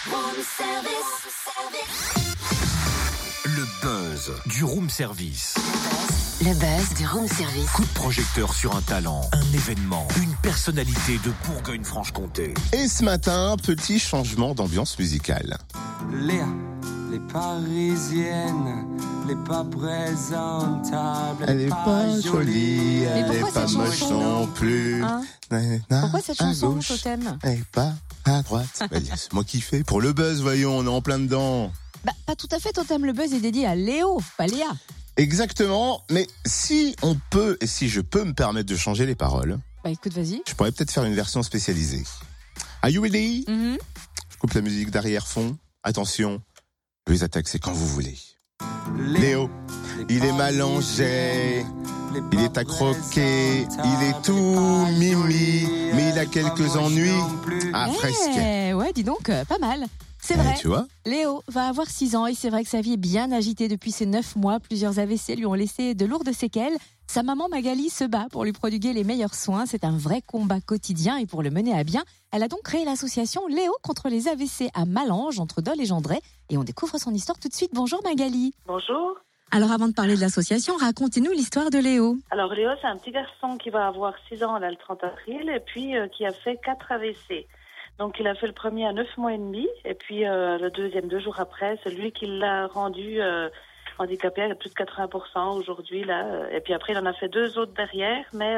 Room service. Le buzz du room service. Le buzz du room service. Coup de projecteur sur un talent, un événement, une personnalité de Bourgogne-Franche-Comté. Et ce matin, petit changement d'ambiance musicale. Léa, les Parisiennes, les pas présentables, Elle est pas jolie, elle pourquoi est pas cette moche chanson non plus. Hein Pourquoi Pourquoi cette chanson, Totem? Elle est pas à droite. Bah, c'est moi qui fais. Pour le buzz, voyons, on est en plein dedans. Bah, pas tout à fait, Totem. Le buzz est dédié à Léo, pas Léa. Exactement, mais si on peut, et si je peux me permettre de changer les paroles, Bah écoute, vas-y. je pourrais peut-être faire une version spécialisée. Are you ready? Mhm. Je coupe la musique d'arrière-fond. Attention, les attaques, c'est quand vous voulez. Léo, il est mélangé, il est à croquer, il est tout mimi, mais il a quelques ennuis. Ah, presque. Ouais, dis donc, pas mal. C'est vrai, Tu vois? Léo va avoir 6 ans et c'est vrai que sa vie est bien agitée depuis ses 9 mois. Plusieurs AVC lui ont laissé de lourdes séquelles. Sa maman Magali se bat pour lui prodiguer les meilleurs soins. C'est un vrai combat quotidien et pour le mener à bien, elle a donc créé l'association Léo contre les AVC à Malange, entre Dole et Gendray. Et on découvre son histoire tout de suite. Bonjour Magali. Bonjour. Alors avant de parler de l'association, racontez-nous l'histoire de Léo. Alors Léo, c'est un petit garçon qui va avoir 6 ans là, le 30 avril et puis qui a fait 4 AVC. Donc il a fait le premier à 9 mois et demi et puis le deuxième 2 jours après, c'est lui qui l'a rendu handicapé à plus de 80% aujourd'hui là. Et puis après il en a fait 2 autres derrière, mais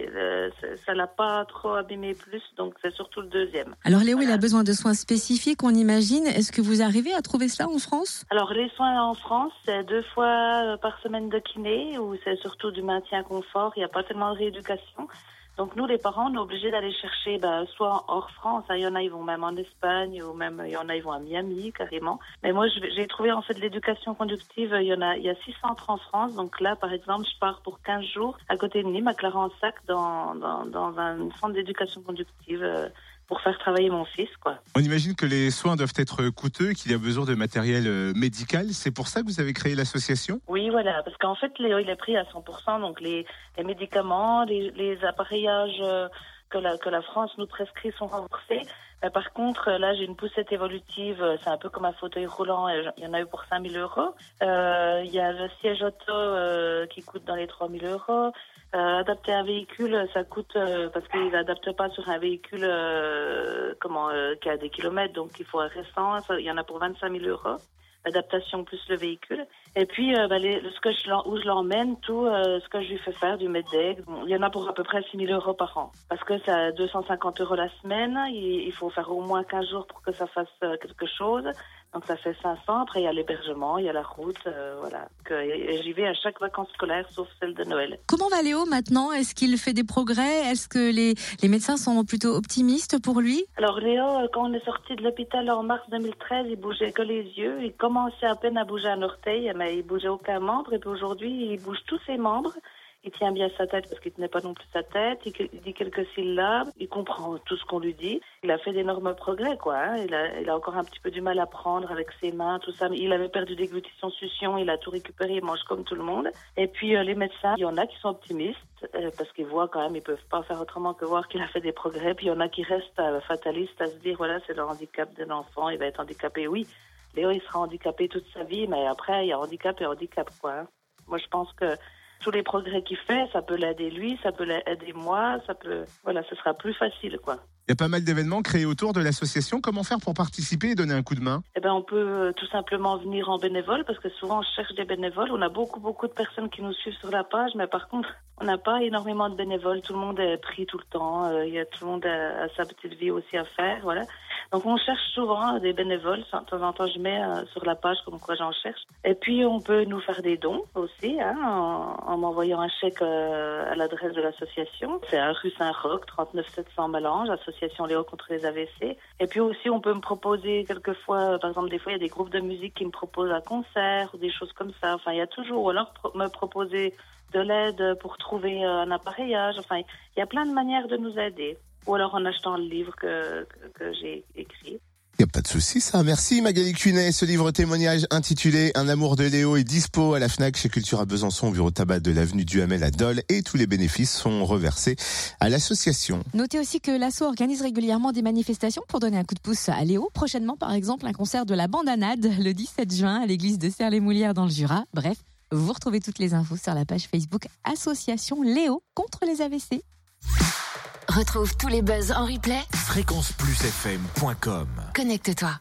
ça l'a pas trop abîmé plus, donc c'est surtout le deuxième. Alors Léo, il a besoin de soins spécifiques, on imagine. Est-ce que vous arrivez à trouver cela en France ? Alors les soins en France, c'est 2 fois par semaine de kiné où c'est surtout du maintien confort, il n'y a pas tellement de rééducation. Donc nous, les parents, on est obligés d'aller chercher, soit hors France, il y en a, ils vont même en Espagne, ou même il y en a, ils vont à Miami carrément. Mais moi, j'ai trouvé en fait de l'éducation conductive, il y a 6 centres en France. Donc là, par exemple, je pars pour 15 jours à côté de Nîmes, à Clarensac, dans un centre d'éducation conductive pour faire travailler mon fils, quoi. On imagine que les soins doivent être coûteux, qu'il y a besoin de matériel médical. C'est pour ça que vous avez créé l'association ? Oui, voilà, parce qu'en fait, Léo, il est pris à 100%, donc les médicaments, les appareillages que la France nous prescrit sont remboursés. Mais par contre, là, j'ai une poussette évolutive, c'est un peu comme un fauteuil roulant, il y en a eu pour 5 000 €. Il y a le siège auto qui coûte dans les 3 000 €. Adapter un véhicule, ça coûte parce qu'ils n'adaptent pas sur un véhicule qui a des kilomètres, donc il faut un récent. Il y en a pour 25 000 €. L'adaptation plus le véhicule. Et puis où je l'emmène, tout ce que je lui fais faire du MEDEC, il y en a pour à peu près 6 000 € par an. Parce que c'est à 250 € la semaine, il faut faire au moins 15 jours pour que ça fasse quelque chose. Donc ça fait 500. Après il y a l'hébergement, il y a la route, voilà. Et j'y vais à chaque vacances scolaires, sauf celle de Noël. Comment va Léo maintenant ? Est-ce qu'il fait des progrès ? Est-ce que les médecins sont plutôt optimistes pour lui ? Alors Léo, quand on est sorti de l'hôpital en mars 2013, il bougeait que les yeux. Il commençait à peine à bouger un orteil, mais il bougeait aucun membre. Et puis aujourd'hui, il bouge tous ses membres. Il tient bien sa tête parce qu'il tenait pas non plus sa tête. Il dit quelques syllabes. Il comprend tout ce qu'on lui dit. Il a fait d'énormes progrès, quoi. Hein. Il a encore un petit peu du mal à prendre avec ses mains, tout ça. Mais il avait perdu déglutition, succion. Il a tout récupéré. Il mange comme tout le monde. Et puis les médecins, il y en a qui sont optimistes parce qu'ils voient quand même, ils peuvent pas faire autrement que voir qu'il a fait des progrès. Puis il y en a qui restent fatalistes à se dire voilà, c'est le handicap de l'enfant. Il va être handicapé, oui. Léo, il sera handicapé toute sa vie, mais après, il y a handicap et handicap, quoi. Hein. Moi, je pense que tous les progrès qu'il fait, ça peut l'aider lui, ça peut l'aider moi, ce sera plus facile, quoi. Il y a pas mal d'événements créés autour de l'association. Comment faire pour participer et donner un coup de main ? On peut tout simplement venir en bénévole parce que souvent on cherche des bénévoles. On a beaucoup de personnes qui nous suivent sur la page, mais par contre, on n'a pas énormément de bénévoles. Tout le monde est pris tout le temps. Il y a tout le monde a sa petite vie aussi à faire, voilà. Donc on cherche souvent des bénévoles. De temps en temps, je mets sur la page comme quoi j'en cherche. Et puis on peut nous faire des dons aussi, hein, en m'envoyant un chèque à l'adresse de l'association. C'est à rue Saint-Roch, 39 700 Malange, association Léo contre les AVC. Et puis aussi, on peut me proposer quelquefois, par exemple, des fois, il y a des groupes de musique qui me proposent un concert ou des choses comme ça. Enfin, il y a toujours, ou alors me proposer de l'aide pour trouver un appareillage. Enfin, il y a plein de manières de nous aider. Ou alors en achetant le livre que j'ai écrit. Y a pas de souci, ça. Merci Magali Cunet. Ce livre témoignage intitulé Un amour de Léo est dispo à la Fnac chez Cultura Besançon, bureau tabac de l'avenue Duhamel à Dole, et tous les bénéfices sont reversés à l'association. Notez aussi que l'asso organise régulièrement des manifestations pour donner un coup de pouce à Léo. Prochainement, par exemple, un concert de la Bandanade le 17 juin à l'église de Serres-les-Moulières dans le Jura. Bref, vous retrouvez toutes les infos sur la page Facebook Association Léo contre les AVC. Retrouve tous les buzz en replay. fréquenceplusfm.com. Connecte-toi.